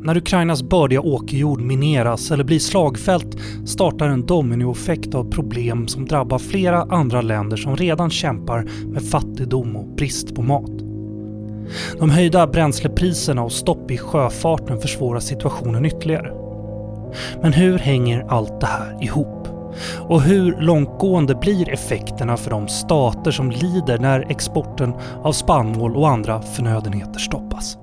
när Ukrainas bördiga åkerjord mineras eller blir slagfält startar en dominoeffekt av problem som drabbar flera andra länder som redan kämpar med fattigdom och brist på mat. De höjda bränslepriserna och stopp i sjöfarten försvårar situationen ytterligare. Men hur hänger allt det här ihop? Och hur långtgående blir effekterna för de stater som lider när exporten av spannmål och andra förnödenheter stoppas?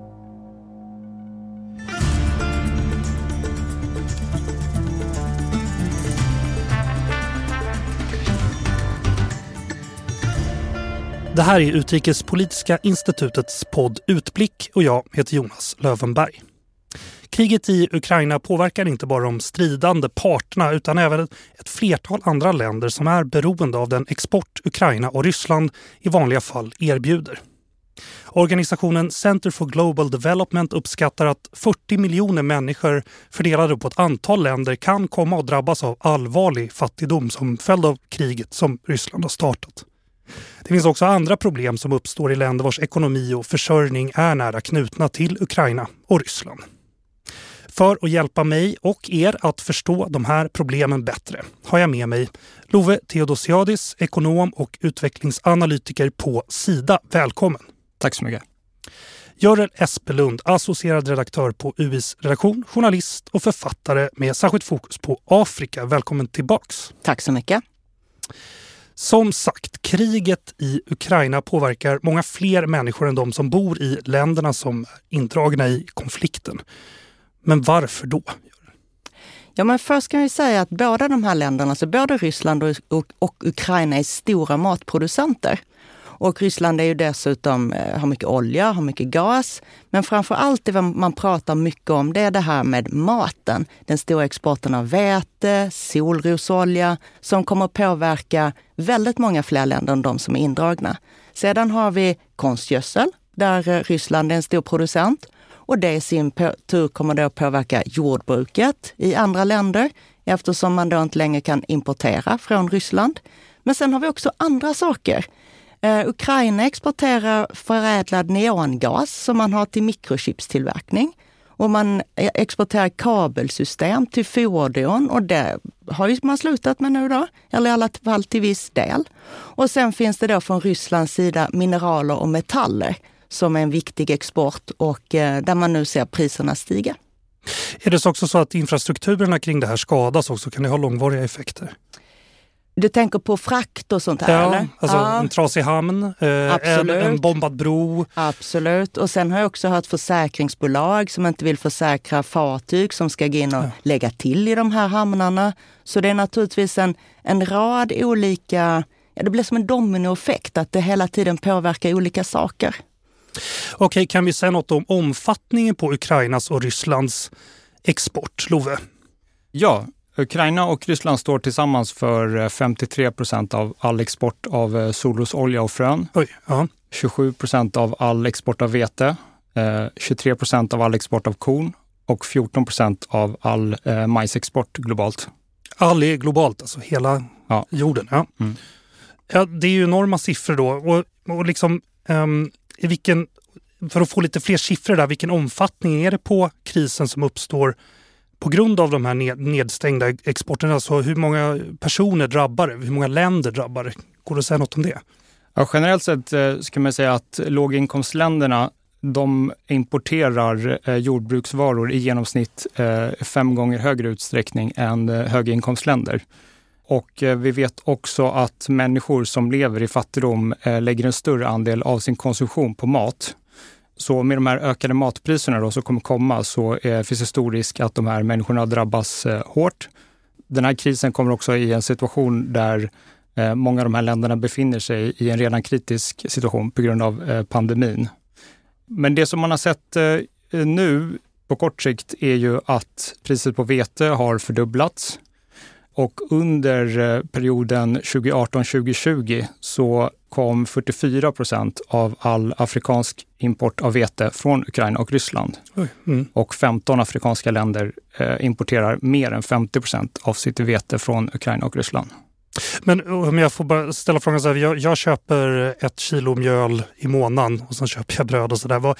Det här är Utrikespolitiska institutets podd Utblick och jag heter Jonas Lövenberg. Kriget i Ukraina påverkar inte bara de stridande parterna utan även ett flertal andra länder som är beroende av den export Ukraina och Ryssland i vanliga fall erbjuder. Organisationen Center for Global Development uppskattar att 40 miljoner människor fördelade på ett antal länder kan komma att drabbas av allvarlig fattigdom som följd av kriget som Ryssland har startat. Det finns också andra problem som uppstår i länder vars ekonomi och försörjning är nära knutna till Ukraina och Ryssland. För att hjälpa mig och er att förstå de här problemen bättre har jag med mig Love Theodosiadis, ekonom och utvecklingsanalytiker på Sida. Välkommen. Tack så mycket. Görel Espelund, associerad redaktör på UIs redaktion, journalist och författare med särskilt fokus på Afrika. Välkommen tillbaks. Tack så mycket. Som sagt, kriget i Ukraina påverkar många fler människor än de som bor i länderna som är indragna i konflikten. Men varför då? Ja, men först kan vi säga att båda de här länderna, alltså både Ryssland och Ukraina, är stora matproducenter. Och Ryssland är ju dessutom, har mycket olja, har mycket gas. Men framför allt det man pratar mycket om, det är det här med maten. Den stora exporten av vete, solrosolja, som kommer att påverka väldigt många fler länder än de som är indragna. Sedan har vi konstgödsel, där Ryssland är en stor producent. Och det i sin tur kommer då att påverka jordbruket i andra länder eftersom man då inte längre kan importera från Ryssland. Men sen har vi också andra saker. Ukraina exporterar förädlad neongas som man har till mikrochipstillverkning. Och man exporterar kabelsystem till fordon och det har ju man slutat med nu då, eller i alla fall till viss del. Och sen finns det då från Rysslands sida mineraler och metaller som är en viktig export och där man nu ser priserna stiga. Är det också så att infrastrukturerna kring det här skadas också? Kan det ha långvariga effekter? Du tänker på frakt och sånt här, ja, eller? Alltså en trasig hamn, en bombad bro. Absolut. Och sen har jag också hört försäkringsbolag som inte vill försäkra fartyg som ska gå in och lägga till i de här hamnarna. Så det är naturligtvis en rad olika, det blir som en dominoeffekt att det hela tiden påverkar olika saker. Okej, kan vi säga något om omfattningen på Ukrainas och Rysslands export, Love? Ja, Ukraina och Ryssland står tillsammans för 53% av all export av solrosolja och frön. 27% av all export av vete, 23% av all export av korn och 14% av all majsexport globalt. All är globalt, alltså hela jorden. Ja. Mm. Ja, det är ju enorma siffror då. Och liksom, för att få lite fler siffror där, vilken omfattning är det på krisen som uppstår på grund av de här nedstängda exporterna? Alltså hur många personer drabbar det? Hur många länder drabbar det? Går det att säga något om det? Ja, generellt sett ska man säga att låginkomstländerna, de importerar jordbruksvaror i genomsnitt 5 gånger högre utsträckning än höginkomstländer. Och vi vet också att människor som lever i fattigdom lägger en större andel av sin konsumtion på mat. Så med de här ökade matpriserna då som kommer komma så finns det stor risk att de här människorna drabbas hårt. Den här krisen kommer också i en situation där många av de här länderna befinner sig i en redan kritisk situation på grund av pandemin. Men det som man har sett nu på kort sikt är ju att priset på vete har fördubblats. Och under perioden 2018-2020 så kom 44% av all afrikansk import av vete från Ukraina och Ryssland. Och 15 afrikanska länder importerar mer än 50% av sitt vete från Ukraina och Ryssland. Men om jag får bara ställa frågan så här, jag köper 1 kilo mjöl i månaden och sen köper jag bröd och sådär.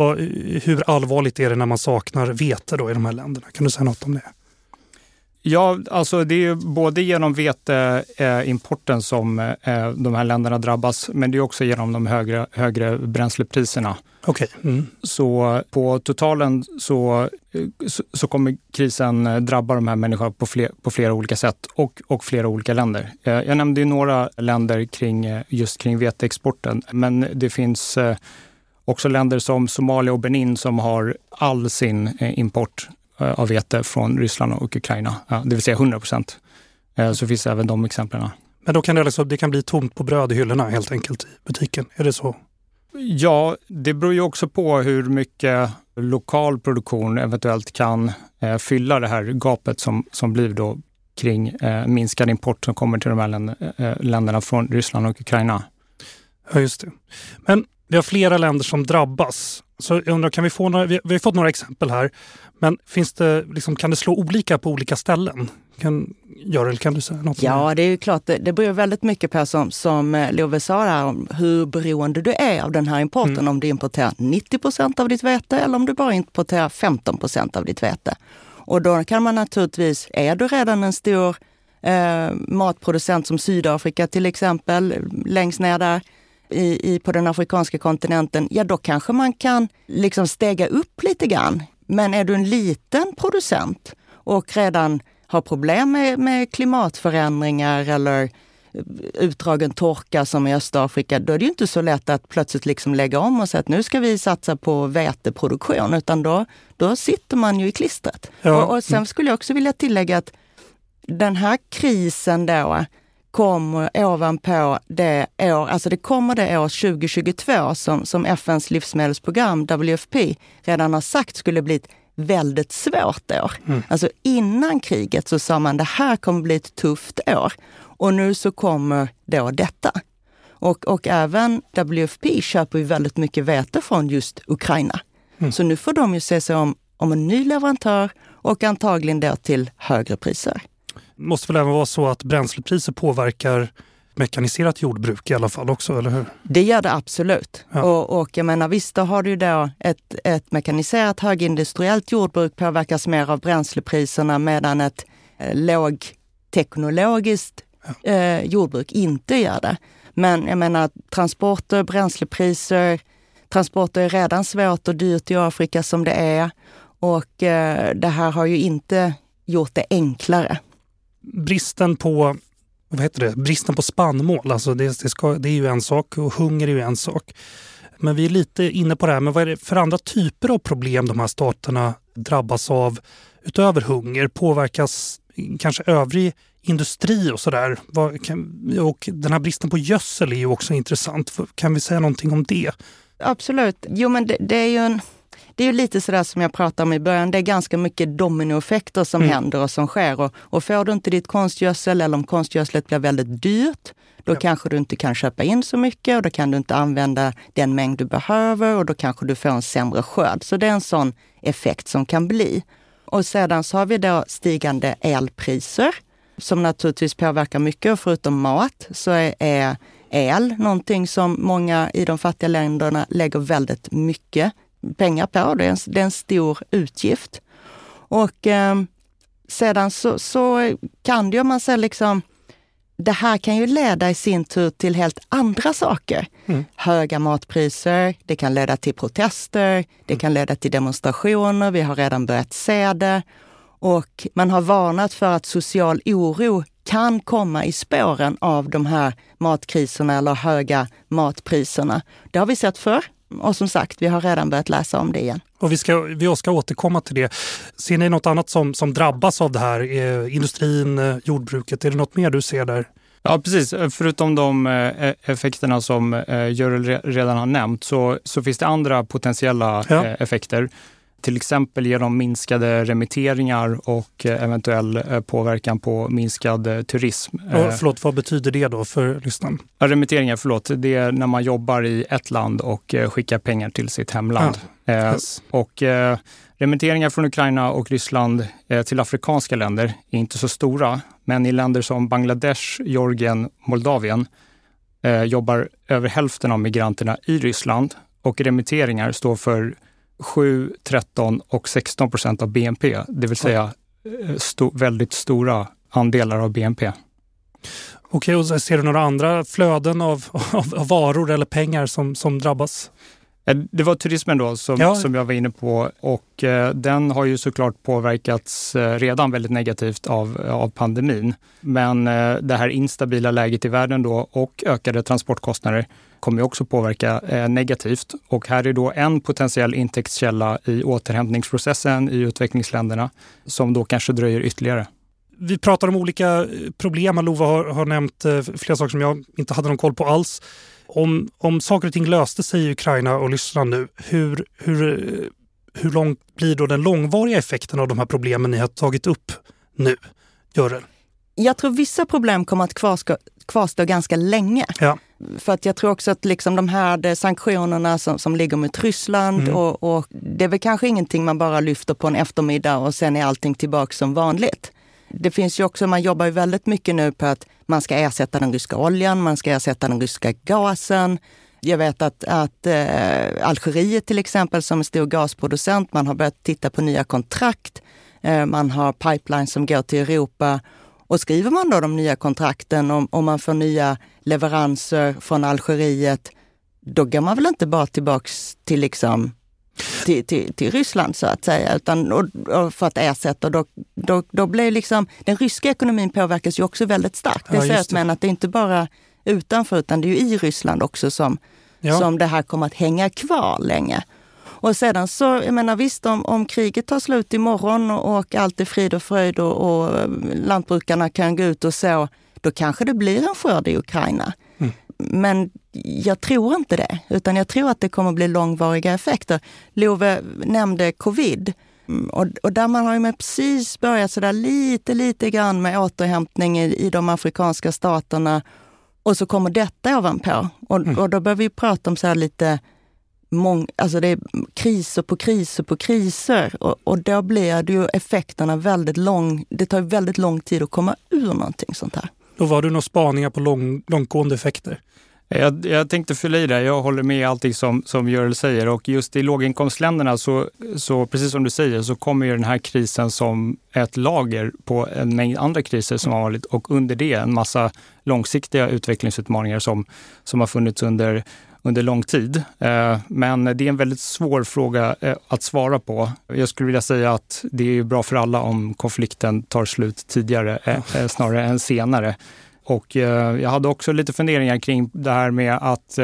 Hur allvarligt är det när man saknar vete då i de här länderna? Kan du säga något om det? Ja, alltså det är både genom veteimporten som de här länderna drabbas, men det är också genom de högre bränslepriserna. Okej. Så på totalen så kommer krisen drabba de här människorna på flera olika sätt och flera olika länder. Jag nämnde ju några länder kring veteexporten, men det finns också länder som Somalia och Benin som har all sin import av vete från Ryssland och Ukraina, det vill säga 100%. Så finns även de exemplen. Men då kan det kan bli tomt på bröd i hyllorna helt enkelt i butiken, är det så? Ja, det beror ju också på hur mycket lokal produktion eventuellt kan fylla det här gapet som blir då kring minskad import som kommer till de här länderna från Ryssland och Ukraina. Ja, just det. Men vi har flera länder som drabbas. Så jag undrar, kan vi få vi har fått några exempel här, men kan det slå olika på olika ställen? Kan du säga något? Ja, det är ju klart. Det beror väldigt mycket på som Love sa där, om hur beroende du är av den här importen. Om du importerar 90% av ditt vete eller om du bara importerar 15% av ditt vete. Och då kan man naturligtvis, är du redan en stor matproducent som Sydafrika till exempel, längst ner där, på den afrikanska kontinenten, ja då kanske man kan stega upp lite grann. Men är du en liten producent och redan har problem med klimatförändringar eller utdragen torka som i Östafrika, då är det ju inte så lätt att plötsligt lägga om och säga att nu ska vi satsa på veteproduktion, utan då sitter man ju i klistret. Ja. Och sen skulle jag också vilja tillägga att den här krisen då kommer ovanpå det år, alltså det kommer det år 2022 som FNs livsmedelsprogram WFP redan har sagt skulle bli ett väldigt svårt år. Alltså innan kriget så sa man det här kommer bli ett tufft år. Och nu så kommer då detta. Och även WFP köper ju väldigt mycket vete från just Ukraina. Så nu får de ju se sig om en ny leverantör och antagligen då till högre priser. Det måste väl även vara så att bränslepriser påverkar mekaniserat jordbruk i alla fall också, eller hur? Det gör det absolut. Ja. Och jag menar, visst då har du då ett mekaniserat högindustriellt jordbruk påverkas mer av bränslepriserna, medan ett lågteknologiskt jordbruk inte gör det. Men jag menar, transporter, bränslepriser, transporter är redan svårt och dyrt i Afrika som det är. Och det här har ju inte gjort det enklare. Bristen på spannmål, alltså det är ju en sak, och hunger är ju en sak. Men vi är lite inne på det här, men vad är det för andra typer av problem de här staterna drabbas av utöver hunger? Påverkas kanske övrig industri och sådär? Och den här bristen på gödsel är ju också intressant. Kan vi säga någonting om det? Absolut. Jo, men det är ju lite sådär som jag pratade om i början. Det är ganska mycket dominoeffekter som händer och som sker. Och får du inte ditt konstgödsel, eller om konstgödslet blir väldigt dyrt, då kanske du inte kan köpa in så mycket och då kan du inte använda den mängd du behöver och då kanske du får en sämre skörd. Så det är en sån effekt som kan bli. Och sedan så har vi då stigande elpriser som naturligtvis påverkar mycket. Och förutom mat så är el någonting som många i de fattiga länderna lägger väldigt mycket pengar på. Det är en stor utgift. Och sedan så kan det ju, man säger det här kan ju leda i sin tur till helt andra saker. Höga matpriser, det kan leda till protester, det kan leda till demonstrationer, vi har redan börjat se det. Och man har varnat för att social oro kan komma i spåren av de här matkriserna eller höga matpriserna. Det har vi sett förr. Och som sagt, vi har redan börjat läsa om det igen. Och vi ska återkomma till det. Ser ni något annat som drabbas av det här? Industrin, jordbruket, är det något mer du ser där? Ja, precis. Förutom de effekterna som Görel redan har nämnt så finns det andra potentiella effekter. Till exempel genom minskade remitteringar och eventuell påverkan på minskad turism. Förlåt, vad betyder det då för lyssnaren? Remitteringar, det är när man jobbar i ett land och skickar pengar till sitt hemland. Remitteringar från Ukraina och Ryssland till afrikanska länder är inte så stora. Men i länder som Bangladesh, Georgien, Moldavien jobbar över hälften av migranterna i Ryssland. Och remitteringar står för 7, 13 och 16% av BNP. Det vill säga väldigt stora andelar av BNP. Okej, och ser du några andra flöden av varor eller pengar som drabbas? Det var turismen då som jag var inne på, och den har ju såklart påverkats redan väldigt negativt av pandemin. Men det här instabila läget i världen då och ökade transportkostnader kommer ju också påverka negativt. Och här är då en potentiell intäktskälla i återhämtningsprocessen i utvecklingsländerna som då kanske dröjer ytterligare. Vi pratar om olika problem. Lova har nämnt flera saker som jag inte hade någon koll på alls. Om saker och ting löste sig i Ukraina och Ryssland nu, hur långt blir då den långvariga effekten av de här problemen ni har tagit upp nu, Görel? Jag tror vissa problem kommer att kvarstå ganska länge. Ja. För att jag tror också att liksom de här sanktionerna som ligger mot Ryssland och det är väl kanske ingenting man bara lyfter på en eftermiddag och sen är allting tillbaka som vanligt. Det finns ju också, man jobbar ju väldigt mycket nu på att man ska ersätta den ryska oljan, man ska ersätta den ryska gasen. Jag vet att Algeriet till exempel som är stor gasproducent, man har börjat titta på nya kontrakt. Man har pipelines som går till Europa. Och skriver man då de nya kontrakten om man får nya leveranser från Algeriet, då går man väl inte bara tillbaks till liksom till Ryssland så att säga, utan och för att ersätta. Då blir liksom, den ryska ekonomin påverkas ju också väldigt starkt. Det säger men att det är inte bara utanför utan det är ju i Ryssland också som det här kommer att hänga kvar länge. Och sedan så, jag menar visst om kriget tar slut imorgon och allt är frid och fröjd och lantbrukarna kan gå ut och så, då kanske det blir en skörd i Ukraina. Men jag tror inte det, utan jag tror att det kommer att bli långvariga effekter. Love nämnde covid och där man har ju med precis börjat sådär lite grann med återhämtning i de afrikanska staterna och så kommer detta ovanpå. Och då börjar vi prata om så här lite alltså det är kriser på kriser på kriser och då blir det ju effekterna det tar väldigt lång tid att komma ur någonting sånt här. Då var du några spaningar på långtgående effekter? Jag tänkte fylla i det. Jag håller med allting som Görel säger och just i låginkomstländerna så precis som du säger så kommer ju den här krisen som ett lager på en mängd andra kriser som har varit och under det en massa långsiktiga utvecklingsutmaningar som har funnits under lång tid. Men det är en väldigt svår fråga att svara på. Jag skulle vilja säga att det är bra för alla om konflikten tar slut tidigare snarare än senare. Och jag hade också lite funderingar kring det här med att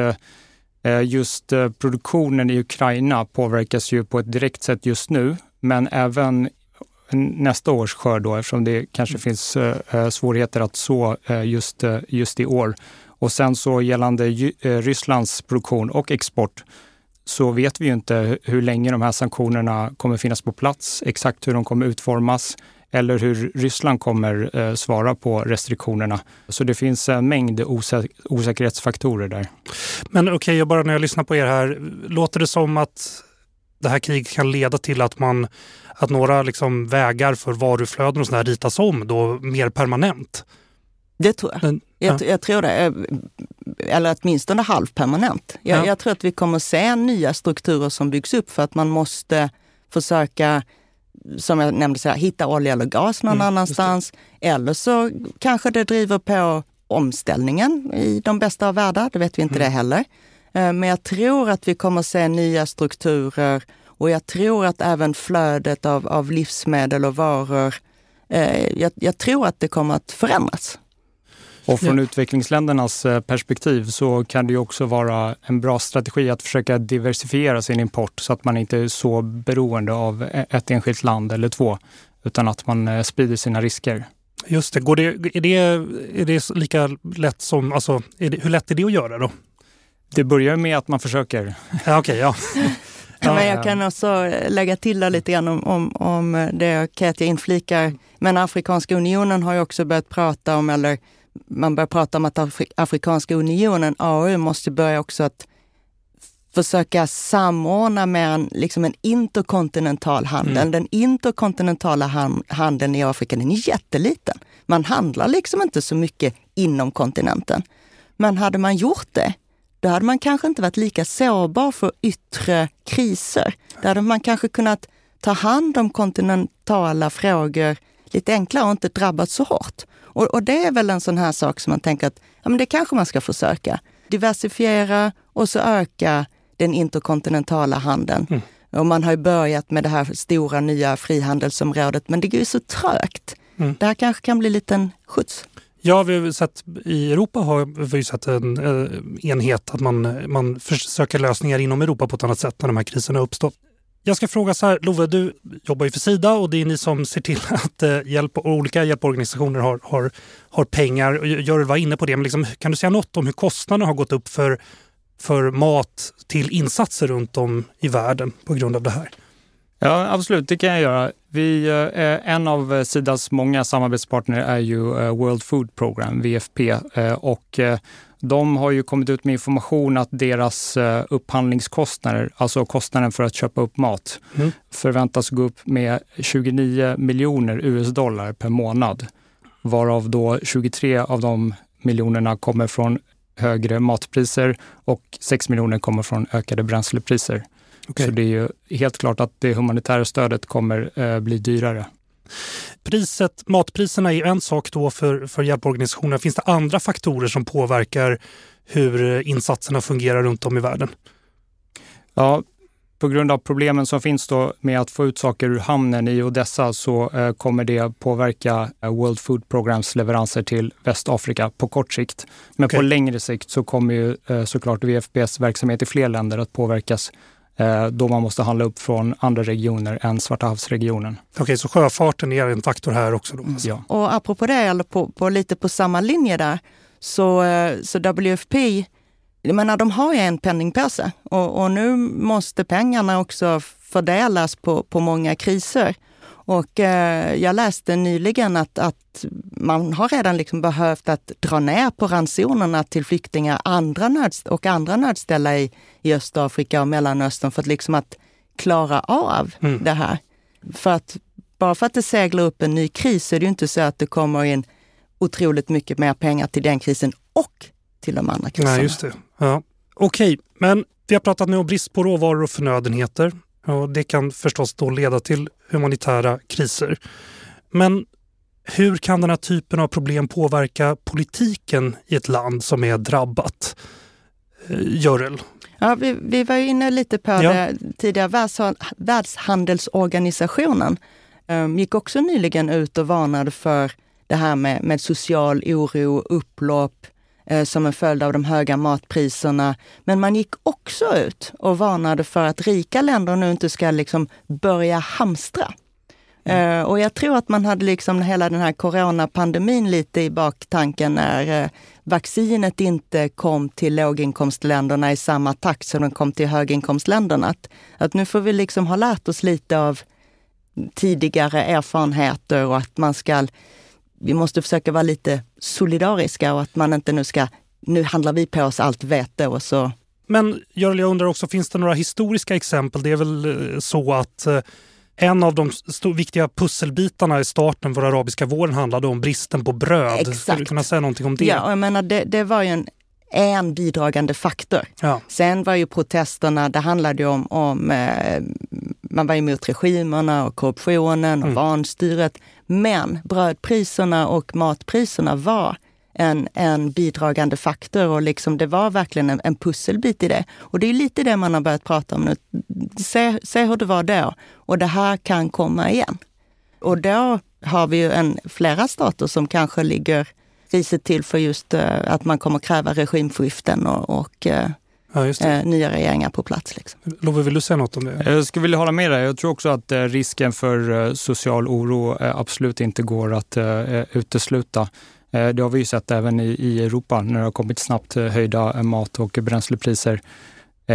just produktionen i Ukraina påverkas ju på ett direkt sätt just nu. Men även nästa års skörd då, eftersom det kanske finns svårigheter att så just i år. Och sen så gällande Rysslands produktion och export så vet vi ju inte hur länge de här sanktionerna kommer finnas på plats, exakt hur de kommer utformas eller hur Ryssland kommer svara på restriktionerna. Så det finns en mängd osäkerhetsfaktorer där. Men okej, bara när jag lyssnar på er här, låter det som att det här kriget kan leda till att några liksom vägar för varuflöden och sådär här ritas om då mer permanent? Det tror jag. Jag tror det. Eller åtminstone halvpermanent. Jag tror att vi kommer att se nya strukturer som byggs upp för att man måste försöka, som jag nämnde, så här, hitta olja eller gas någon annanstans. Eller så kanske det driver på omställningen i de bästa av världar. Det vet vi inte det heller. Men jag tror att vi kommer att se nya strukturer och jag tror att även flödet av livsmedel och varor, jag tror att det kommer att förändras. Och från utvecklingsländernas perspektiv så kan det ju också vara en bra strategi att försöka diversifiera sin import så att man inte är så beroende av ett enskilt land eller två utan att man sprider sina risker. Just det. Är det lika lätt som, alltså, hur lätt är det att göra då? Det börjar med att man försöker. Ja, okej, ja. Men jag kan också lägga till där lite grann om det Katja inflikar. Men Afrikanska unionen har ju också börjat prata om, eller man börjar prata om att Afrikanska unionen, AU, måste börja också att försöka samordna med en interkontinental handel. Den interkontinentala handeln i Afrika, den är jätteliten. Man handlar liksom inte så mycket inom kontinenten. Men hade man gjort det, då hade man kanske inte varit lika sårbar för yttre kriser. Då hade man kanske kunnat ta hand om kontinentala frågor lite enklare och inte drabbat så hårt. Och det är väl en sån här sak som man tänker att men det kanske man ska försöka. Diversifiera och så öka den interkontinentala handeln. Och man har ju börjat med det här stora nya frihandelsområdet, men det går ju så trögt. Det här kanske kan bli en liten skjuts. Ja, vi har sett i Europa har vi sett en enhet att man försöker lösningar inom Europa på ett annat sätt när de här kriserna uppstår. Jag ska fråga så här, Love, du jobbar ju för Sida och det är ni som ser till att olika hjälporganisationer har pengar. Görel var inne på det, men kan du säga något om hur kostnaderna har gått upp för mat till insatser runt om i världen på grund av det här? Ja, absolut, det kan jag göra. En av Sidas många samarbetspartner är ju World Food Program, WFP, och de har ju kommit ut med information att deras upphandlingskostnader, alltså kostnaden för att köpa upp mat, förväntas gå upp med 29 miljoner US-dollar per månad. Varav då 23 av de miljonerna kommer från högre matpriser och 6 miljoner kommer från ökade bränslepriser. Okay. Så det är ju helt klart att det humanitära stödet kommer bli dyrare. Matpriserna är en sak då för hjälporganisationer. Finns det andra faktorer som påverkar hur insatserna fungerar runt om i världen? Ja, på grund av problemen som finns då med att få ut saker ur hamnen i Odessa så kommer det påverka World Food Programs leveranser till Västafrika på kort sikt. Men på längre sikt så kommer ju såklart WFPs verksamhet i fler länder att påverkas då man måste handla upp från andra regioner än Svarta havsregionen. Okej, så sjöfarten är en faktor här också då? Ja. Och apropå det, eller lite på samma linje där, så WFP, jag menar, de har ju en penningpåse och nu måste pengarna också fördelas på många kriser. Och jag läste nyligen att man har redan behövt att dra ner på ransonerna till flyktingar och andra nödställda i Östafrika och Mellanöstern för att klara av det här. Bara för att det seglar upp en ny kris så är det ju inte så att det kommer in otroligt mycket mer pengar till den krisen och till de andra kriserna. Nej, just det. Ja. Okej, men vi har pratat nu om brist på råvaror och förnödenheter. Och det kan förstås då leda till humanitära kriser. Men hur kan den här typen av problem påverka politiken i ett land som är drabbat? Görel? Ja, vi var ju inne lite på det tidigare. Världshandelsorganisationen gick också nyligen ut och varnade för det här med social oro, upplopp som en följd av de höga matpriserna. Men man gick också ut och varnade för att rika länder nu inte ska börja hamstra. Och jag tror att man hade hela den här coronapandemin lite i baktanken när vaccinet inte kom till låginkomstländerna i samma takt som de kom till höginkomstländerna. Att nu får vi ha lärt oss lite av tidigare erfarenheter och att vi måste försöka vara lite solidariska och att man inte nu handlar vi på oss allt vete och så. Men jag undrar också, finns det några historiska exempel? Det är väl så att en av de viktiga pusselbitarna i starten för arabiska våren handlade om bristen på bröd. Exakt. Skulle du kunna säga någonting om det? Ja, jag menar det var ju en bidragande faktor. Ja. Sen var ju protesterna, det handlade ju om man var emot regimerna och korruptionen och vanstyret. Men brödpriserna och matpriserna var en bidragande faktor och det var verkligen en pusselbit i det. Och det är lite det man har börjat prata om nu. Se hur det var då. Och det här kan komma igen. Och då har vi ju flera stater som kanske ligger riset till för just att man kommer kräva regimskiften och nya regeringar på plats. Love, vill du säga något om det? Jag skulle vilja hålla med dig. Jag tror också att risken för social oro absolut inte går att utesluta. Det har vi ju sett även i Europa när det har kommit snabbt höjda mat- och bränslepriser.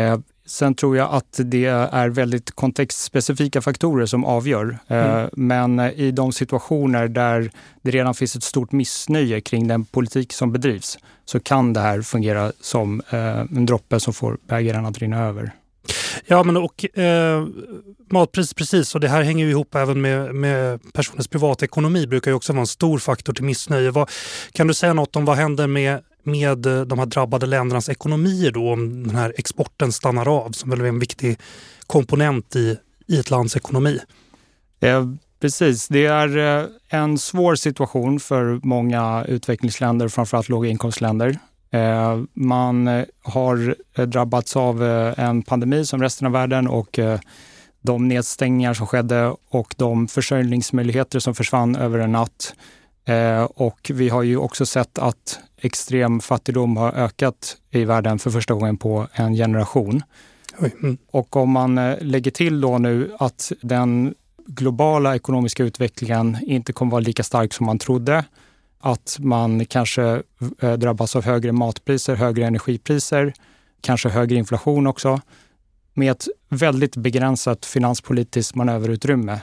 Sen tror jag att det är väldigt kontextspecifika faktorer som avgör. Men i de situationer där det redan finns ett stort missnöje kring den politik som bedrivs så kan det här fungera som en droppe som får bägaren att rinna över. Ja, men och matpris precis, och det här hänger ju ihop även med personens privatekonomi, brukar ju också vara en stor faktor till missnöje. Kan du säga något om vad händer med de här drabbade ländernas ekonomier då, om den här exporten stannar av, som väl är en viktig komponent i ett lands ekonomi? Precis, det är en svår situation för många utvecklingsländer, framförallt låginkomstländer. Man har drabbats av en pandemi som resten av världen, och de nedstängningar som skedde och de försörjningsmöjligheter som försvann över en natt. Och vi har ju också sett att extrem fattigdom har ökat i världen för första gången på en generation. Och om man lägger till då nu att den globala ekonomiska utvecklingen inte kommer vara lika stark som man trodde, att man kanske drabbas av högre matpriser, högre energipriser, kanske högre inflation också, med ett väldigt begränsat finanspolitiskt manöverutrymme,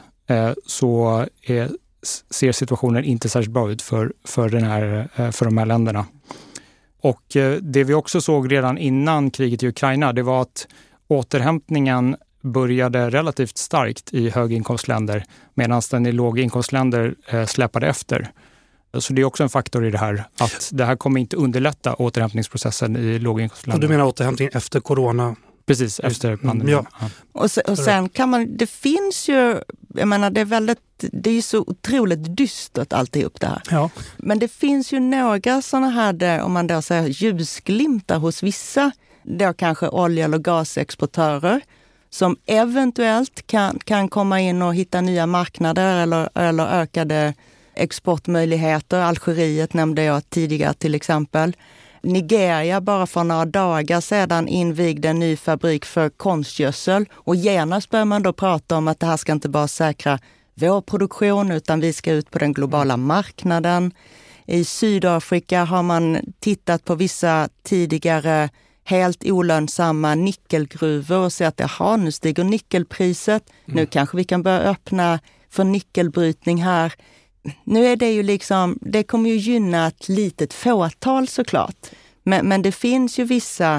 så ser situationen inte särskilt bra ut för de här länderna. Och det vi också såg redan innan kriget i Ukraina, det var att återhämtningen började relativt starkt i höginkomstländer, medan den i låginkomstländer släpade efter. Så det är också en faktor i det här, att det här kommer inte underlätta återhämtningsprocessen i låginkomstländer. Och du menar återhämtning efter corona? Precis, efter pandemin. Ja. Och sen kan man, det finns ju, jag menar det är ju så otroligt dystert alltihop det här. Ja. Men det finns ju några sådana här, om man då säger ljusglimtar hos vissa, då kanske olje- eller gasexportörer, som eventuellt kan komma in och hitta nya marknader eller ökade exportmöjligheter. Algeriet nämnde jag tidigare till exempel. Nigeria bara för några dagar sedan invigde en ny fabrik för konstgödsel, och genast börjar man då prata om att det här ska inte bara säkra vår produktion utan vi ska ut på den globala marknaden. I Sydafrika har man tittat på vissa tidigare helt olönsamma nickelgruvor och se att nu stiger nickelpriset. Nu kanske vi kan börja öppna för nickelbrytning här. Nu är det ju liksom, det kommer ju gynna ett litet fåtal såklart. Men det finns ju vissa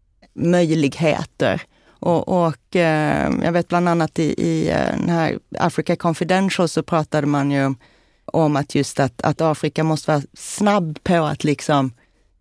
möjligheter. Och jag vet bland annat i den här Africa Confidential så pratade man ju om att just att Afrika måste vara snabb på att liksom,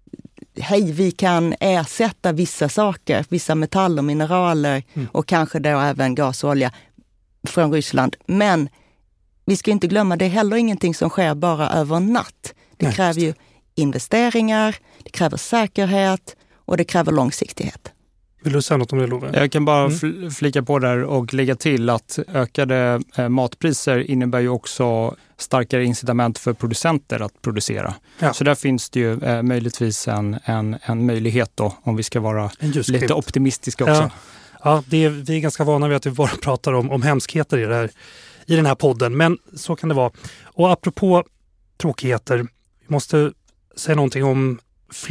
hej, vi kan ersätta vissa saker, vissa metaller, mineraler och kanske då även gas och olja från Ryssland. Men vi ska inte glömma, det är heller ingenting som sker bara över en natt. Det kräver ju investeringar, det kräver säkerhet och det kräver långsiktighet. Vill du säga något om det, Love? Jag kan bara flika på där och lägga till att ökade matpriser innebär ju också starkare incitament för producenter att producera. Ja. Så där finns det ju möjligtvis en möjlighet då, om vi ska vara lite optimistiska också. Ja, vi är ganska vana vid att vi bara pratar om hemskheter i den här podden, men så kan det vara. Och apropå tråkigheter, vi måste säga någonting om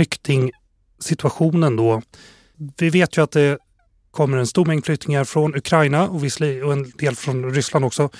flyktingsituationen då. Vi vet ju att det kommer en stor mängd flyktingar från Ukraina och en del från Ryssland också.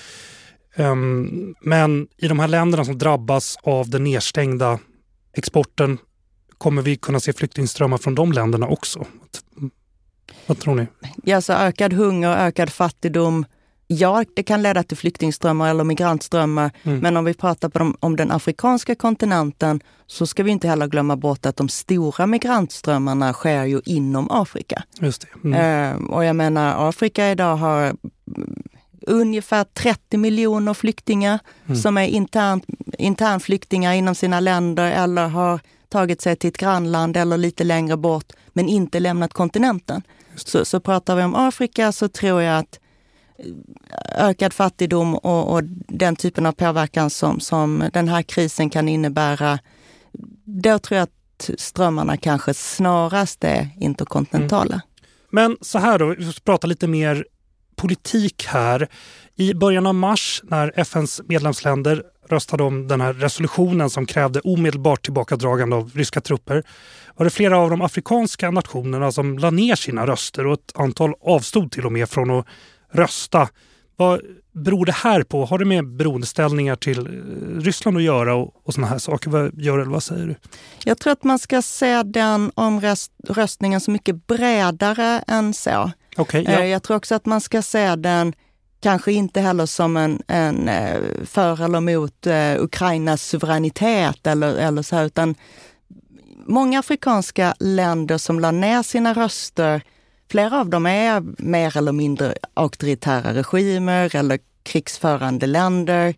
Men i de här länderna som drabbas av den nedstängda exporten, kommer vi kunna se flyktingströmmar från de länderna också? Vad tror ni? Ja, så ökad hunger, ökad fattigdom. Ja, det kan leda till flyktingströmmar eller migrantströmmar. Men om vi pratar om den afrikanska kontinenten så ska vi inte heller glömma bort att de stora migrantströmmarna sker ju inom Afrika. Just det. Och jag menar, Afrika idag har ungefär 30 miljoner flyktingar som är internflyktingar inom sina länder eller har tagit sig till ett grannland eller lite längre bort men inte lämnat kontinenten. Så pratar vi om Afrika så tror jag att ökad fattigdom och den typen av påverkan som den här krisen kan innebära, då tror jag att strömmarna kanske snarast är interkontinentala. Men så här då, vi ska prata lite mer politik här. I början av mars när FNs medlemsländer röstade om den här resolutionen som krävde omedelbart tillbakadragande av ryska trupper, var det flera av de afrikanska nationerna som la ner sina röster och ett antal avstod till och med från att rösta. Vad beror det här på? Har det med beroendeställningar till Ryssland att göra och såna här saker? Vad säger du? Jag tror att man ska se den omröstningen så mycket bredare än så. Okay, ja. Jag tror också att man ska se den kanske inte heller som en för eller mot Ukrainas suveränitet eller så här, utan många afrikanska länder som la ner sina röster, flera av dem är mer eller mindre auktoritära regimer eller krigsförande länder.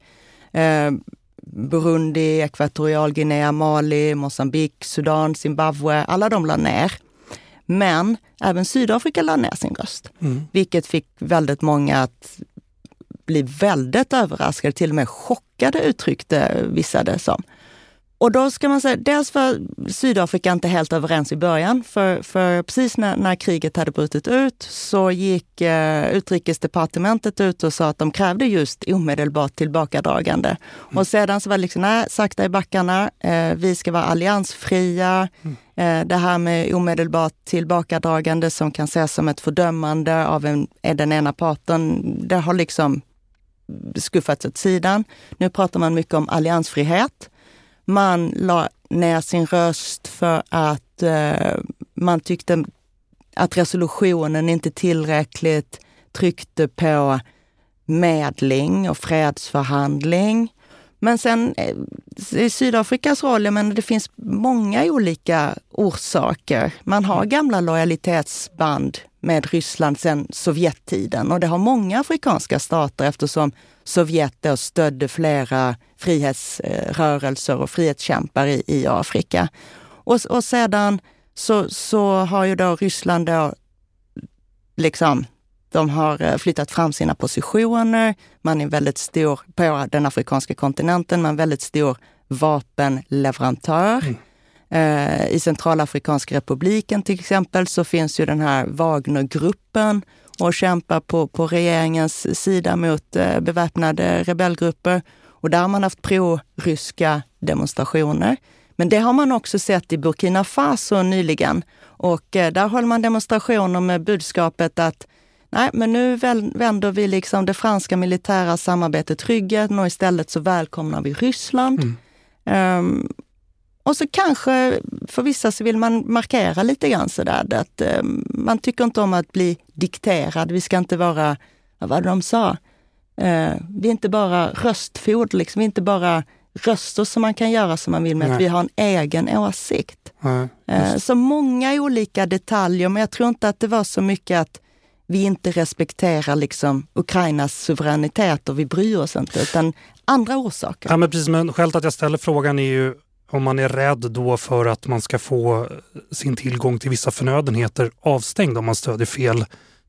Burundi, Ekvatorialguinea, Mali, Mosambik, Sudan, Zimbabwe, alla de la ner. Men även Sydafrika la ner sin röst, vilket fick väldigt många att bli väldigt överraskade, till och med chockade uttryckte vissa det som. Och då ska man säga, dels för Sydafrika inte helt överens i början, för precis när kriget hade brutit ut så gick utrikesdepartementet ut och sa att de krävde just omedelbart tillbakadragande. Och sedan så var det liksom, nej, sakta i backarna, vi ska vara alliansfria. Det här med omedelbart tillbakadragande som kan ses som ett fördömande av den ena parten, det har liksom skuffats åt sidan. Nu pratar man mycket om alliansfrihet. Man la ner sin röst för att man tyckte att resolutionen inte tillräckligt tryckte på medling och fredsförhandling. Men sen i Sydafrikas roll, men det finns många olika orsaker. Man har gamla lojalitetsband med Ryssland sedan Sovjettiden, och det har många afrikanska stater eftersom Sovjet då stödde flera frihetsrörelser och frihetskämpar i Afrika. Och sedan så har ju då Ryssland då liksom, de har flyttat fram sina positioner. Man är väldigt stor på den afrikanska kontinenten, man är en väldigt stor vapenleverantör. I Centralafrikanska republiken till exempel så finns ju den här Wagnergruppen och kämpar på regeringens sida mot beväpnade rebellgrupper. Och där har man haft pro-ryska demonstrationer. Men det har man också sett i Burkina Faso nyligen. Och där håller man demonstrationer med budskapet att nej, men nu vänder vi liksom det franska militära samarbetet ryggen och istället så välkomnar vi Ryssland. Och så kanske för vissa så vill man markera lite grann sådär att man tycker inte om att bli dikterad. Vi ska inte vara, vad de sa, vi är inte bara röstford, liksom, vi är inte bara röster som man kan göra som man vill med, att vi har en egen åsikt. Så många olika detaljer, men jag tror inte att det var så mycket att vi inte respekterar liksom Ukrainas suveränitet och vi bryr oss inte, utan andra orsaker. Ja, men precis, men skälet att jag ställer frågan är ju om man är rädd då för att man ska få sin tillgång till vissa förnödenheter avstängd om man stödjer fel.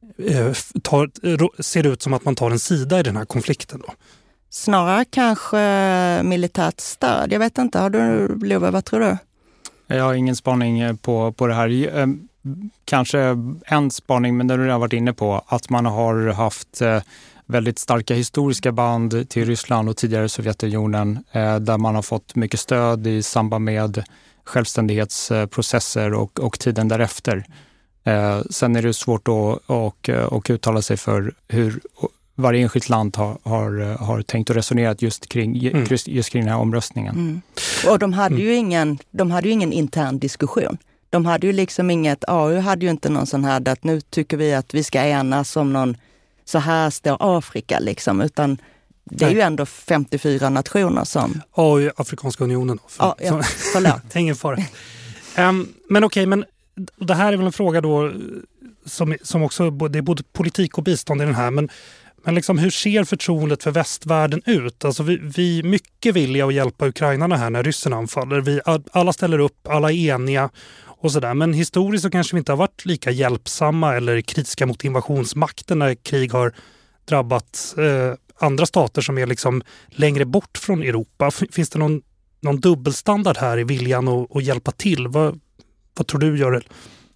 Ser det ut som att man tar en sida i den här konflikten då? Snarare kanske militärt stöd. Jag vet inte, har du, Love, vad tror du? Jag har ingen spaning på det här. Kanske en spaning, men den har jag varit inne på, att man har haft väldigt starka historiska band till Ryssland och tidigare Sovjetunionen där man har fått mycket stöd i samband med självständighetsprocesser och tiden därefter. Sen är det svårt att uttala sig för hur varje enskilt land har tänkt och resonerat just kring den här omröstningen. Och de hade ju ingen intern diskussion. De hade ju liksom inget, AU hade ju inte någon sån här att nu tycker vi att vi ska enas om någon, så här står Afrika liksom, utan det är ju ändå 54 nationer som... AU, Afrikanska unionen då. Förlåt. Ingen fara. Men okej, men det här är väl en fråga då som också, det är både politik och bistånd i den här, men liksom, hur ser förtroendet för västvärlden ut? Alltså vi är mycket villiga att hjälpa ukrainarna här när ryssen anfaller. Alla ställer upp, alla är eniga och sådär. Men historiskt så kanske vi inte har varit lika hjälpsamma eller kritiska mot invasionsmakten när krig har drabbat andra stater som är liksom längre bort från Europa. Finns det någon dubbelstandard här i viljan att hjälpa till? Vad tror du, Görel?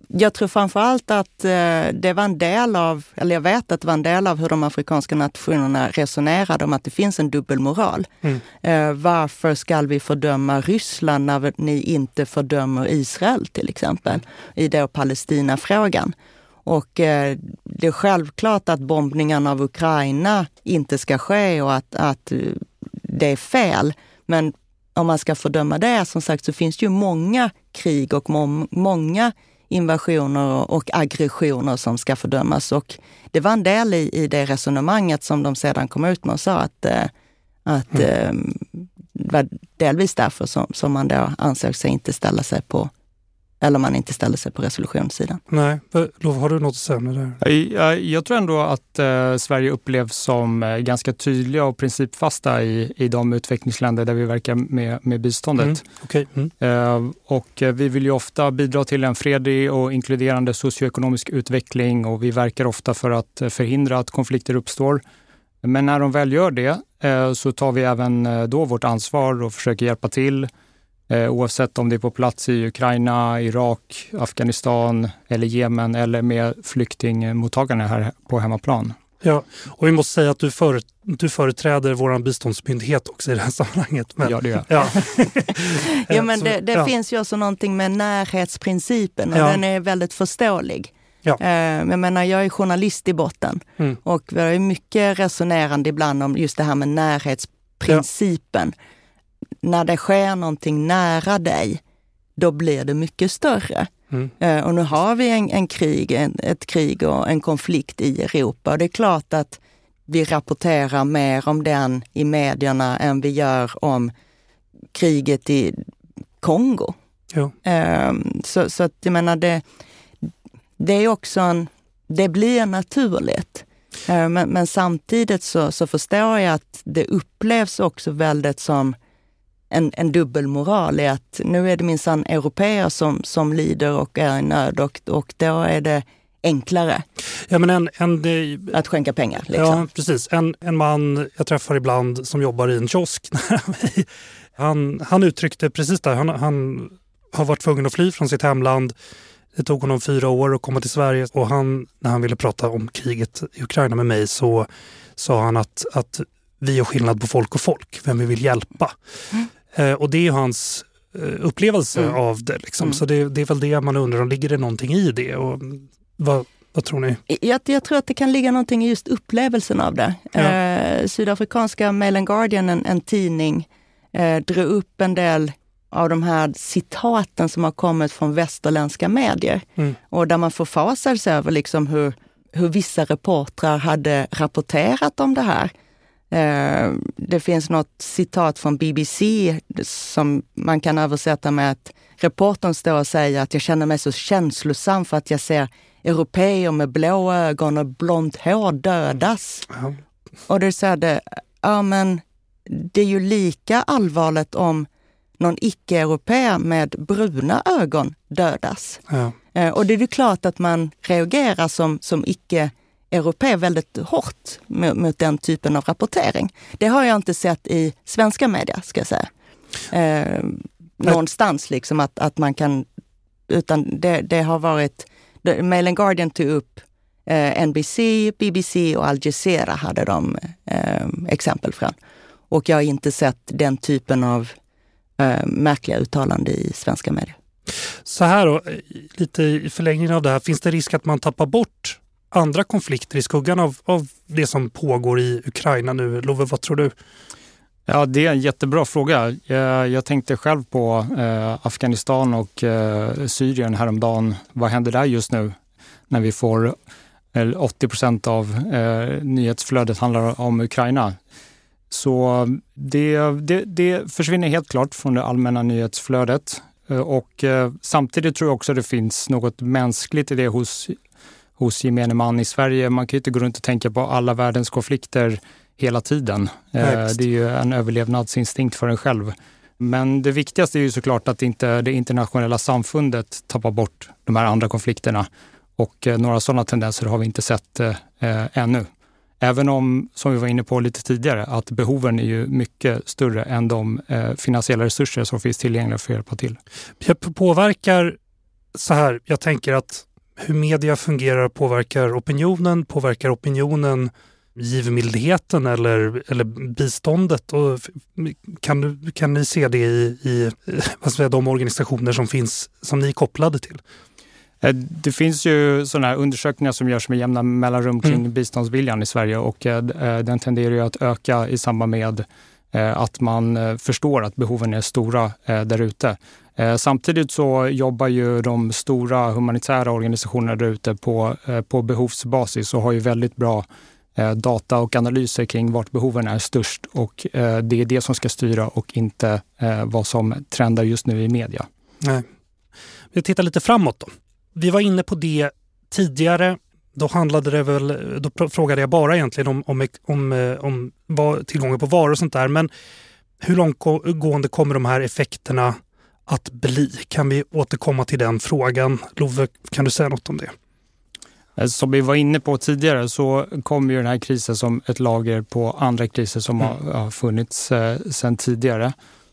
Jag tror framförallt att det var en del av, eller jag vet att det var en del av hur de afrikanska nationerna resonerade om att det finns en dubbelmoral. Varför ska vi fördöma Ryssland när ni inte fördömer Israel till exempel i då Palestina-frågan? Och det är självklart att bombningarna av Ukraina inte ska ske och att det är fel. Men om man ska fördöma det, som sagt, så finns det ju många krig och många invasioner och aggressioner som ska fördömas. Och det var en del i det resonemanget som de sedan kom ut med och sa att det var delvis därför som man då ansåg sig inte ställa sig på, eller man inte ställer sig på resolutionssidan. Nej, har du något att säga med det? Jag tror ändå att Sverige upplevs som ganska tydliga och principfasta i de utvecklingsländer där vi verkar med biståndet. Och vi vill ju ofta bidra till en fredlig och inkluderande socioekonomisk utveckling, och vi verkar ofta för att förhindra att konflikter uppstår. Men när de väl gör det så tar vi även då vårt ansvar och försöker hjälpa till. Oavsett om det är på plats i Ukraina, Irak, Afghanistan eller Jemen eller med flyktingmottagarna här på hemmaplan. Ja, och vi måste säga att du företräder vår biståndsmyndighet också i det här sammanhanget. Men, ja, det gör ja. Ja, men det finns ju också någonting med närhetsprincipen och den är väldigt förståelig. Ja. Jag menar, jag är journalist i botten och vi har ju mycket resonerande ibland om just det här med närhetsprincipen. Ja. När det sker någonting nära dig, då blir det mycket större. Och nu har vi ett krig och en konflikt i Europa. Och det är klart att vi rapporterar mer om den i medierna än vi gör om kriget i Kongo. Jo. Så att jag menar, det är också det blir naturligt. Men samtidigt så förstår jag att det upplevs också väldigt som en dubbelmoral i att nu är det minsann europeer som lider och är i nöd och då är det enklare att skänka pengar. Liksom. Ja, precis. En man jag träffar ibland som jobbar i en kiosk nära mig, han uttryckte precis det. Han har varit tvungen att fly från sitt hemland. Det tog honom 4 år att komma till Sverige och när han ville prata om kriget i Ukraina med mig så sa han att vi gör skillnad på folk och folk, vem vi vill hjälpa. Och det är hans upplevelse av det. Liksom. Så det är väl det man undrar, om ligger det någonting i det? Och vad tror ni? Jag tror att det kan ligga någonting i just upplevelsen av det. Ja. Sydafrikanska Mail and Guardian, en tidning, drog upp en del av de här citaten som har kommit från västerländska medier. Och där man förfasar sig över liksom hur vissa reportrar hade rapporterat om det här. Det finns något citat från BBC som man kan översätta med att reportern står och säger att jag känner mig så känslosam för att jag ser europeer med blå ögon och blont hår dödas. Och det säger men det är ju lika allvarligt om någon icke-europeer med bruna ögon dödas. Och det är ju klart att man reagerar som icke-europeer väldigt hårt mot den typen av rapportering. Det har jag inte sett i svenska media, ska jag säga. Någonstans liksom att man kan, utan det har varit, Mail and Guardian tog upp NBC, BBC och Al Jazeera hade de exempel från. Och jag har inte sett den typen av märkliga uttalande i svenska medier. Så här då, lite i förlängningen av det här, finns det risk att man tappar bort andra konflikter i skuggan av det som pågår i Ukraina nu? Love, vad tror du? Ja, det är en jättebra fråga. Jag tänkte själv på Afghanistan och Syrien häromdagen. Vad händer där just nu när vi får 80% av nyhetsflödet handlar om Ukraina? Så det försvinner helt klart från det allmänna nyhetsflödet. Och samtidigt tror jag också det finns något mänskligt i det hos gemene man i Sverige. Man kan ju inte gå runt och tänka på alla världens konflikter hela tiden. Det är ju en överlevnadsinstinkt för en själv. Men det viktigaste är ju såklart att inte det internationella samfundet tappar bort de här andra konflikterna. Och några sådana tendenser har vi inte sett ännu. Även om, som vi var inne på lite tidigare, att behoven är ju mycket större än de finansiella resurser som finns tillgängliga för att hjälpa till. Påverkar så här, jag tänker att hur media fungerar påverkar opinionen givmildheten eller biståndet, och kan ni se det i vad ska jag säga, de organisationer som finns som ni är kopplade till? Det finns ju sådana här undersökningar som görs med jämna mellanrum kring biståndsviljan i Sverige, och den tenderar ju att öka i samband med att man förstår att behoven är stora där ute. Samtidigt så jobbar ju de stora humanitära organisationerna där ute på behovsbasis och har ju väldigt bra data och analyser kring vart behoven är störst, och det är det som ska styra och inte vad som trendar just nu i media. Nej. Vi tittar lite framåt då. Vi var inne på det tidigare. Då frågade jag bara egentligen om tillgången på varor och sånt där. Men hur långtgående kommer de här effekterna att bli? Kan vi återkomma till den frågan? Love, kan du säga något om det? Som vi var inne på tidigare så kommer ju den här krisen som ett lager på andra kriser som har funnits sedan tidigare.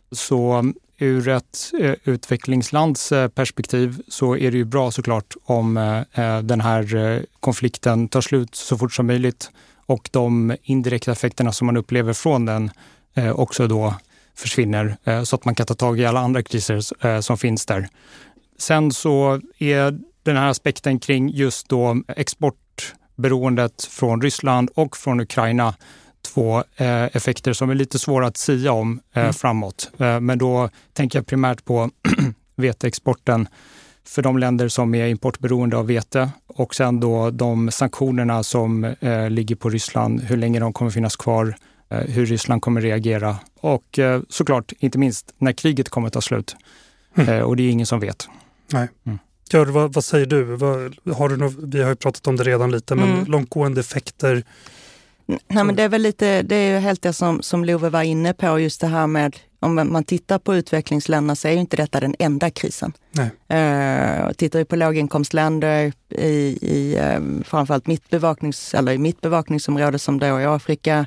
Så ur ett utvecklingslands perspektiv så är det ju bra såklart om den här konflikten tar slut så fort som möjligt, och de indirekta effekterna som man upplever från den också då försvinner, så att man kan ta tag i alla andra kriser som finns där. Sen så är den här aspekten kring just då exportberoendet från Ryssland och från Ukraina två effekter som är lite svåra att sia om framåt. Men då tänker jag primärt på veteexporten för de länder som är importberoende av vete, och sen då de sanktionerna som ligger på Ryssland, hur länge de kommer finnas kvar, hur Ryssland kommer reagera, och såklart inte minst när kriget kommer ta slut. Och det är ingen som vet. Nej. Gör, vad säger du? Vi har ju pratat om det redan lite, men långtgående effekter. Nej, men det är väl lite, det är ju helt det som Love var inne på, just det här med, om man tittar på utvecklingsländerna så är ju inte detta den enda krisen. Nej. Tittar vi på låginkomstländer i framförallt mitt bevakningsområde som då är Afrika,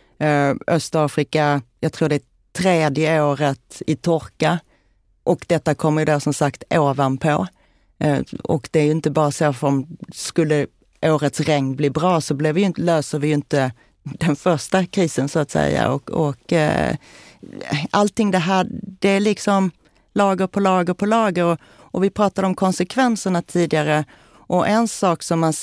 Östafrika, jag tror det är 3:e året i torka, och detta kommer ju då som sagt ovanpå. Och det är ju inte bara så, för om skulle årets regn blir bra så löser vi ju inte den första krisen så att säga. Och allting det här, det är liksom lager på lager på lager. Och vi pratade om konsekvenserna tidigare. Och en sak som man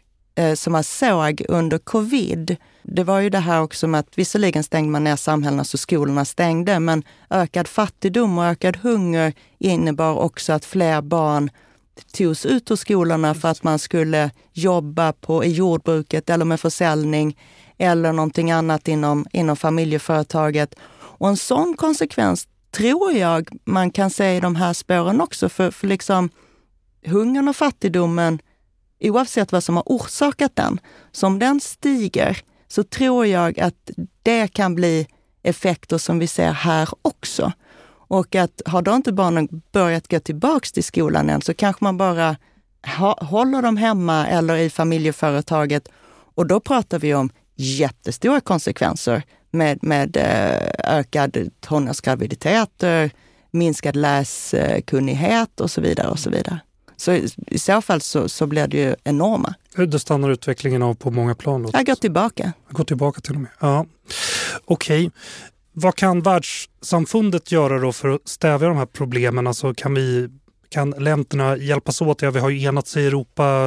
såg under covid, det var ju det här också med att visserligen stängde man ner samhällena så skolorna stängde, men ökad fattigdom och ökad hunger innebar också att fler barn togs ut ur skolorna för att man skulle jobba i jordbruket eller med försäljning eller någonting annat inom familjeföretaget. Och en sån konsekvens tror jag man kan se i de här spåren också, för liksom hungern och fattigdomen, oavsett vad som har orsakat den, som den stiger, så tror jag att det kan bli effekter som vi ser här också. Och att har då inte barnen börjat gå tillbaka till skolan än, så kanske man bara håller dem hemma eller i familjeföretaget. Och då pratar vi om jättestora konsekvenser med ökad tonårsgraviditeter, minskad läskunnighet och så vidare och så vidare. Så i så fall så blir det ju enorma. Det stannar utvecklingen av på många plan? Jag går tillbaka. Går tillbaka till och med. Ja. Okej. Vad kan världssamfundet göra då för att stävja de här problemen? Alltså kan länderna hjälpas åt? Ja, vi har ju enats i Europa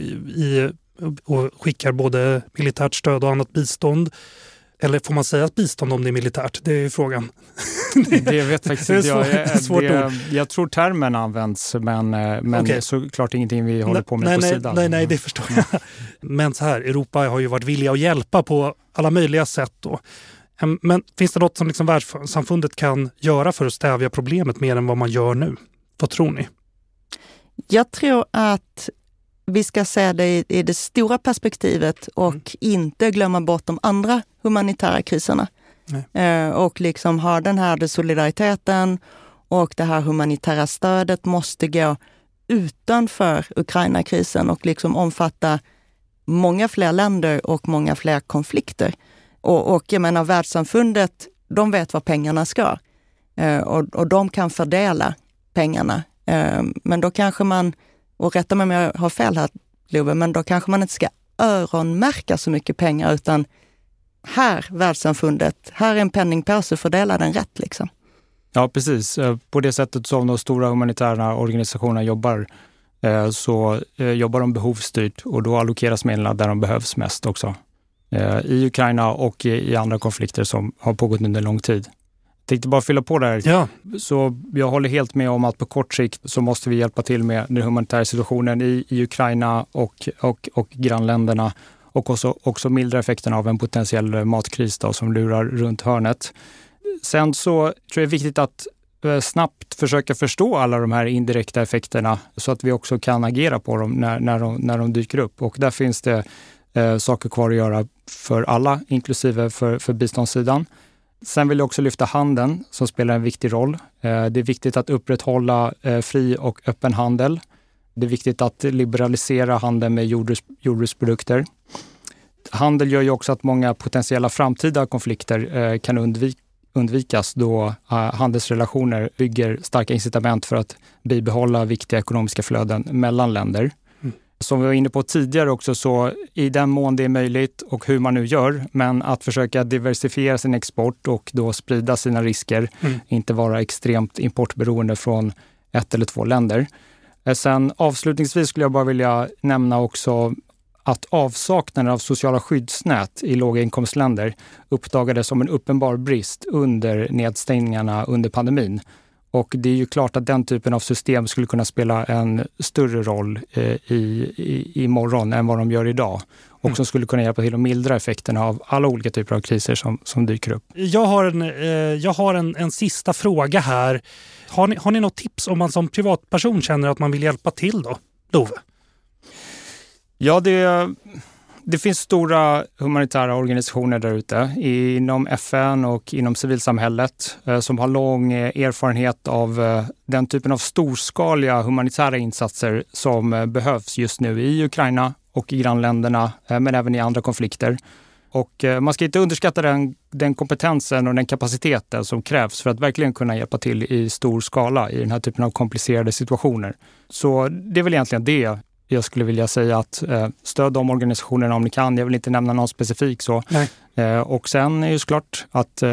och skickar både militärt stöd och annat bistånd. Eller får man säga att bistånd om det är militärt? Det är ju frågan. Det vet faktiskt inte jag. Jag tror termen används, men okay. Såklart ingenting vi håller på med på sidan. Nej, det förstår jag. Men så här, Europa har ju varit villiga att hjälpa på alla möjliga sätt då. Men finns det något som liksom världssamfundet kan göra för att stävja problemet mer än vad man gör nu? Vad tror ni? Jag tror att vi ska se det i det stora perspektivet och inte glömma bort de andra humanitära kriserna. Och liksom ha den här solidariteten, och det här humanitära stödet måste gå utanför Ukraina-krisen och liksom omfatta många fler länder och många fler konflikter. Och jag menar, världssamfundet, de vet var pengarna ska. Och de kan fördela pengarna Men då kanske man, och rätta mig om jag har fel här Love, men då kanske man inte ska öronmärka så mycket pengar, utan här världssamfundet, här är en penningpåse, fördela den rätt liksom. Ja, precis. På det sättet som de stora humanitära organisationerna jobbar så jobbar de behovsstyrt och då allokeras medlen där de behövs mest också. I Ukraina och i andra konflikter som har pågått under lång tid. Jag tänkte bara fylla på där. Ja. Så jag håller helt med om att på kort sikt så måste vi hjälpa till med den humanitära situationen i Ukraina och grannländerna och också mildra effekterna av en potentiell matkris då, som lurar runt hörnet. Sen så tror jag det är viktigt att snabbt försöka förstå alla de här indirekta effekterna så att vi också kan agera på dem när de dyker upp. Och där finns det saker kvar att göra för alla, inklusive för biståndssidan. Sen vill jag också lyfta handeln som spelar en viktig roll. Det är viktigt att upprätthålla fri och öppen handel. Det är viktigt att liberalisera handeln med jordbruksprodukter. Handel gör ju också att många potentiella framtida konflikter kan undvikas då handelsrelationer bygger starka incitament för att bibehålla viktiga ekonomiska flöden mellan länder. Som vi var inne på tidigare också, så i den mån det är möjligt och hur man nu gör, men att försöka diversifiera sin export och då sprida sina risker, inte vara extremt importberoende från ett eller två länder. Sen avslutningsvis skulle jag bara vilja nämna också att avsaknaden av sociala skyddsnät i låginkomstländer uppdagades som en uppenbar brist under nedstängningarna under pandemin. Och det är ju klart att den typen av system skulle kunna spela en större roll i morgon än vad de gör idag. Och som skulle kunna hjälpa till att mildra effekterna av alla olika typer av kriser som dyker upp. Jag har en sista fråga här. Har ni något tips om man som privatperson känner att man vill hjälpa till då, Love? Ja, det finns stora humanitära organisationer där ute inom FN och inom civilsamhället som har lång erfarenhet av den typen av storskaliga humanitära insatser som behövs just nu i Ukraina och i grannländerna, men även i andra konflikter. Och man ska inte underskatta den kompetensen och den kapaciteten som krävs för att verkligen kunna hjälpa till i stor skala i den här typen av komplicerade situationer. Så det är väl egentligen det jag skulle vilja säga, att stöd de organisationerna om ni kan. Jag vill inte nämna någon specifik så. Och sen är ju såklart att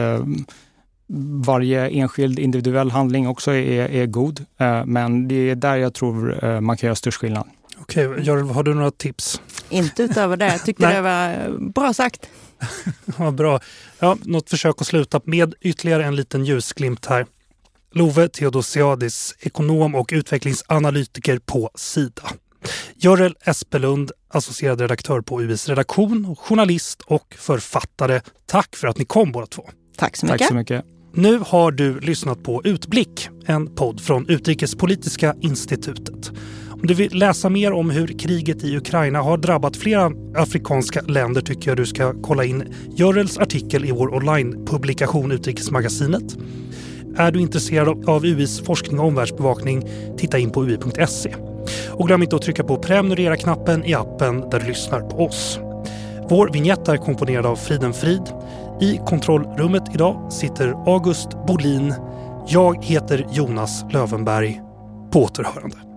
varje enskild individuell handling också är god. Men det är där jag tror man kan göra störst skillnad. Okej, Görel, har du några tips? Inte utöver det. Jag tyckte det var bra sagt. Ja, bra. Ja, något försök att sluta med ytterligare en liten ljusglimt här. Love Theodosiadis, ekonom och utvecklingsanalytiker på Sida. Görel Espelund, associerad redaktör på UIs redaktion, journalist och författare. Tack för att ni kom båda två. Tack så mycket. Tack så mycket. Nu har du lyssnat på Utblick, en podd från Utrikespolitiska institutet. Om du vill läsa mer om hur kriget i Ukraina har drabbat flera afrikanska länder tycker jag du ska kolla in Görels artikel i vår online-publikation Utrikesmagasinet. Är du intresserad av UIs forskning och omvärldsbevakning, titta in på ui.se. Och glöm inte att trycka på prenumerera-knappen i appen där du lyssnar på oss. Vår vignett är komponerad av Friden Frid. I kontrollrummet idag sitter August Bolin. Jag heter Jonas Lövenberg. På återhörande.